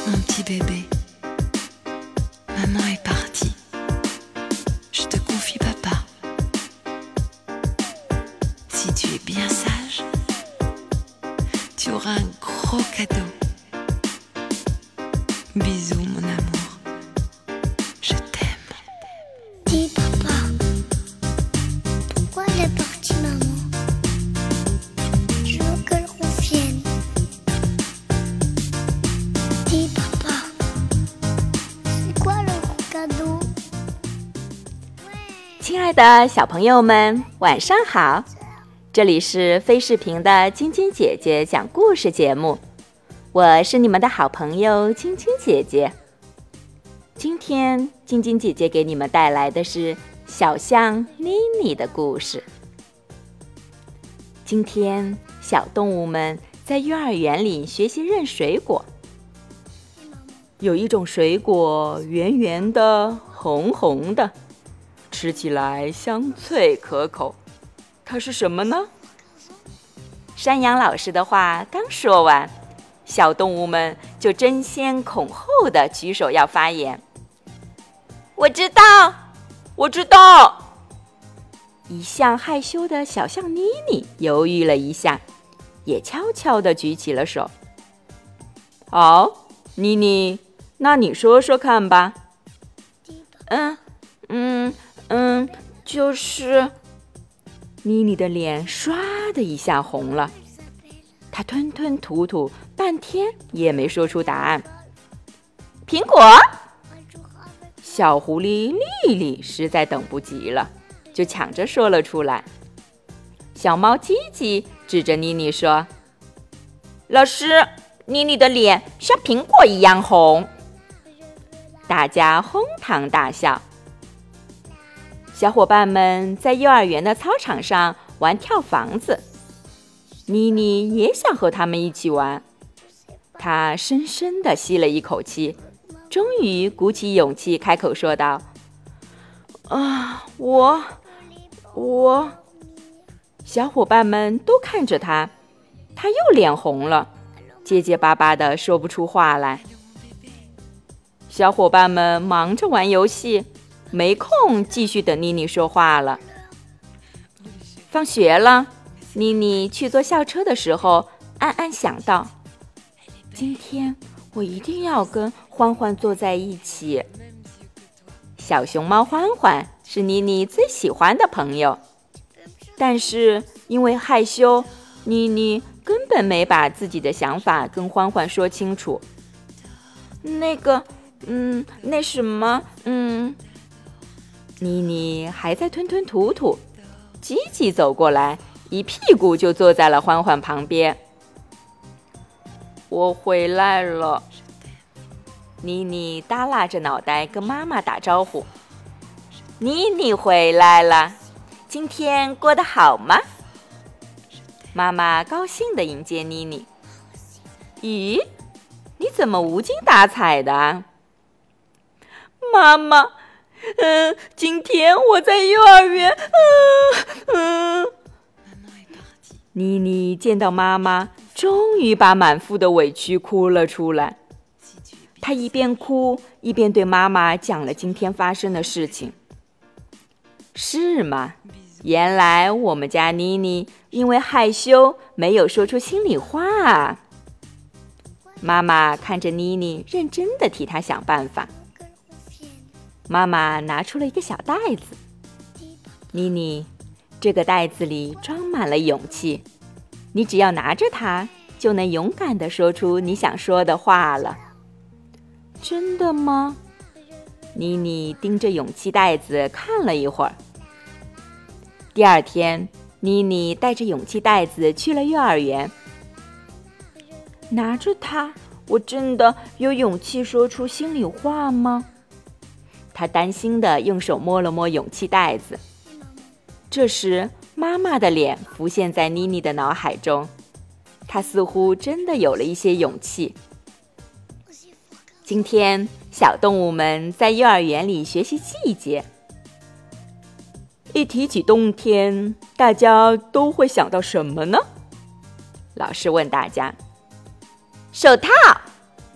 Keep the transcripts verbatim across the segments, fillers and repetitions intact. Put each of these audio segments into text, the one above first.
Mon petit bébé, maman est partie. Je te confie papa. Si tu es bien sage, tu auras un gros cadeau. Bisous, mon amour. Je t'aime. Dis papa, pourquoi elle est partie maman? Je veux qu'elle revienne. Dis papa, c'est quoi le gros cadeau? 亲爱的小朋友们，晚上好！这里是飞视频的晶晶姐姐讲故事节目，我是你们的好朋友晶晶姐姐。今天晶晶姐姐给你们带来的是小象妮妮的故事。今天小动物们在幼儿园里学习认水果。有一种水果圆圆的、红红的，吃起来香脆可口，它是什么呢？山羊老师的话刚说完，小动物们就争先恐后的举手要发言。我知道，我知道。一向害羞的小象妮妮犹豫了一下，也悄悄地举起了手。好，妮妮，那你说说看吧。嗯嗯嗯，就是妮妮的脸唰的一下红了，她吞吞吐吐半天也没说出答案。苹果！小狐狸丽丽实在等不及了，就抢着说了出来。小猫吉吉指着妮妮说：老师，妮妮的脸像苹果一样红。大家哄堂大笑。小伙伴们在幼儿园的操场上玩跳房子，妮妮也想和他们一起玩。她深深地吸了一口气，终于鼓起勇气开口说道：啊，我我小伙伴们都看着她，她又脸红了，结结巴巴地说不出话来。小伙伴们忙着玩游戏，没空继续等妮妮说话了。放学了，妮妮去坐校车的时候，暗暗想到：今天我一定要跟欢欢坐在一起。小熊猫欢欢是妮妮最喜欢的朋友，但是因为害羞，妮妮根本没把自己的想法跟欢欢说清楚。那个，嗯，那什么，嗯。妮妮还在吞吞吐吐，吉吉走过来，一屁股就坐在了欢欢旁边。我回来了。妮妮耷拉着脑袋跟妈妈打招呼。妮妮回来了，今天过得好吗？妈妈高兴地迎接妮妮。咦，你怎么无精打采的？妈妈，嗯，今天我在幼儿园，嗯嗯。妮妮见到妈妈，终于把满腹的委屈哭了出来。她一边哭一边对妈妈讲了今天发生的事情。是吗？原来我们家妮妮因为害羞没有说出心里话啊。妈妈看着妮妮，认真地替她想办法。妈妈拿出了一个小袋子。妮妮，这个袋子里装满了勇气，你只要拿着它，就能勇敢地说出你想说的话了。真的吗？妮妮盯着勇气袋子看了一会儿。第二天，妮妮带着勇气袋子去了幼儿园。拿着它，我真的有勇气说出心里话吗？她担心地用手摸了摸勇气袋子。这时，妈妈的脸浮现在妮妮的脑海中，她似乎真的有了一些勇气。今天，小动物们在幼儿园里学习季节。一提起冬天，大家都会想到什么呢？老师问大家。手套。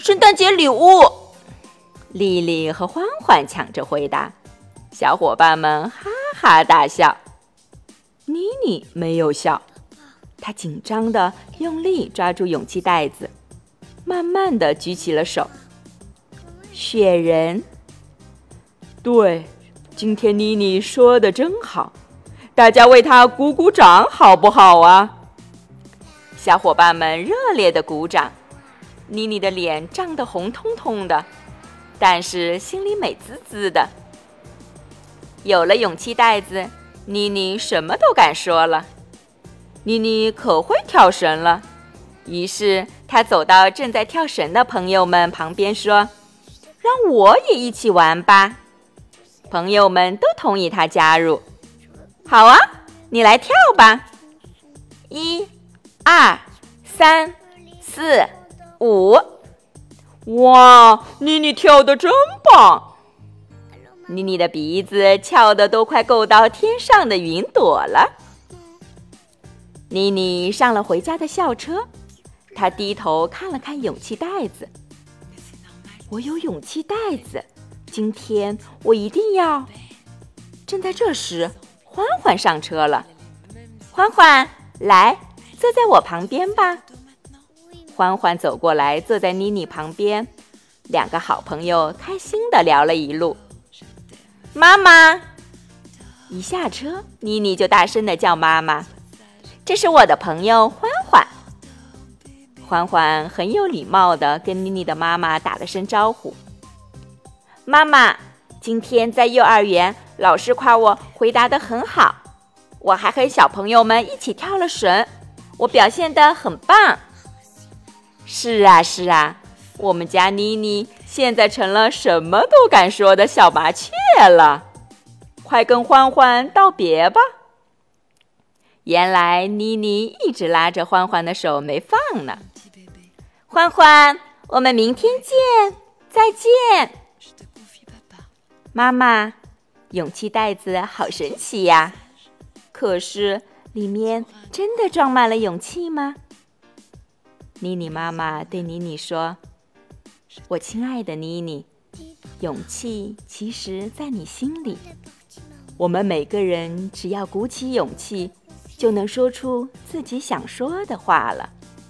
圣诞节礼物。丽丽和欢欢抢着回答，小伙伴们哈哈大笑。妮妮没有笑，她紧张地用力抓住勇气袋子，慢慢地举起了手。雪人，对，今天妮妮说的真好，大家为她鼓鼓掌好不好啊？小伙伴们热烈地鼓掌，妮妮的脸涨得红彤彤的，但是心里美滋滋的。有了勇气袋子，妮妮什么都敢说了。妮妮可会跳绳了，于是她走到正在跳绳的朋友们旁边说：“让我也一起玩吧。”朋友们都同意她加入。好啊，你来跳吧。一、二、三、四、五。哇，妮妮跳得真棒！妮妮的鼻子翘得都快够到天上的云朵了。妮妮上了回家的校车，她低头看了看勇气袋子。我有勇气袋子，今天我一定要……正在这时，欢欢上车了。欢欢，来，坐在我旁边吧。欢欢走过来，坐在妮妮旁边，两个好朋友开心地聊了一路。妈妈！一下车，妮妮就大声地叫妈妈。这是我的朋友欢欢。欢欢很有礼貌地跟妮妮的妈妈打了声招呼。妈妈，今天在幼儿园，老师夸我回答得很好，我还和小朋友们一起跳了绳，我表现得很棒。是啊是啊，我们家妮妮现在成了什么都敢说的小麻雀了。快跟欢欢道别吧。原来妮妮一直拉着欢欢的手没放呢。欢欢，我们明天见，再见。妈妈，勇气袋子好神奇呀，可是里面真的装满了勇气吗？妮妮妈妈对妮妮说：“我亲爱的妮妮，勇气其实在你心里。我们每个人只要鼓起勇气，就能说出自己想说的话了。”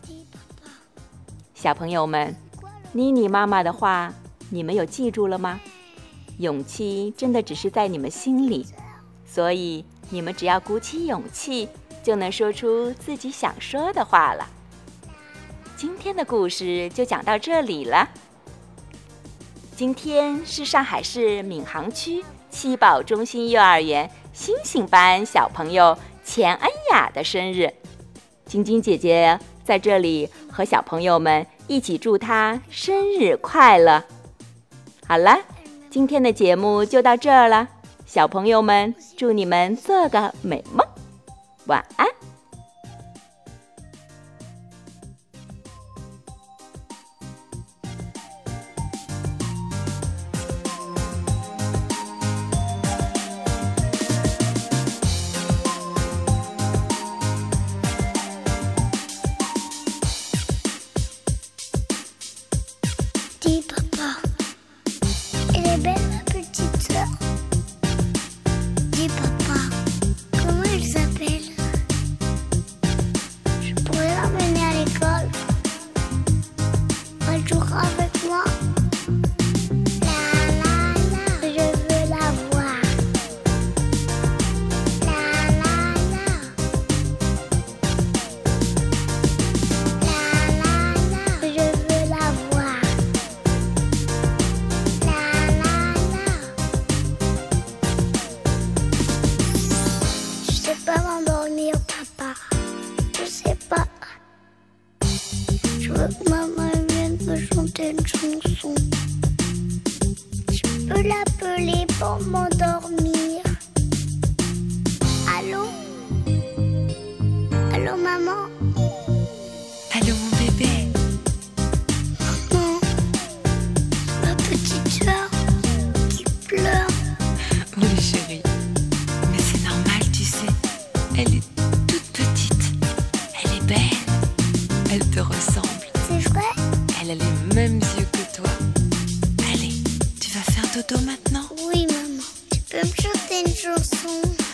小朋友们，妮妮妈妈的话，你们有记住了吗？勇气真的只是在你们心里，所以你们只要鼓起勇气，就能说出自己想说的话了。今天的故事就讲到这里了。今天是上海市闵行区七宝中心幼儿园星星班小朋友钱恩雅的生日，晶晶姐姐在这里和小朋友们一起祝她生日快乐。好了，今天的节目就到这儿了，小朋友们，祝你们做个美梦，晚安。 Dis papa, elle est belle ma petite sœur. Dis papa, comment elle s'appelle? Je pourrais l'emmener à l'école. Elle jouera avec moi. La la la, je veux la voir. La la la. La la la, je veux la voir. Je sais pas m'endormir, papa. Je sais pas. Je veux que maman vienne me chanter une chanson. Je peux l'appeler pour m'endormir. Allô? Allô, maman? Allô mon bébé. Non. Ma petite soeur qui pleure. Oui chérie, mais c'est normal tu sais. Elle est toute petite, elle est belle, elle te ressemble. C'est vrai? Elle a les mêmes yeux toi. Allez, tu vas faire dodo maintenant? Oui, maman. Tu peux me chanter une chanson?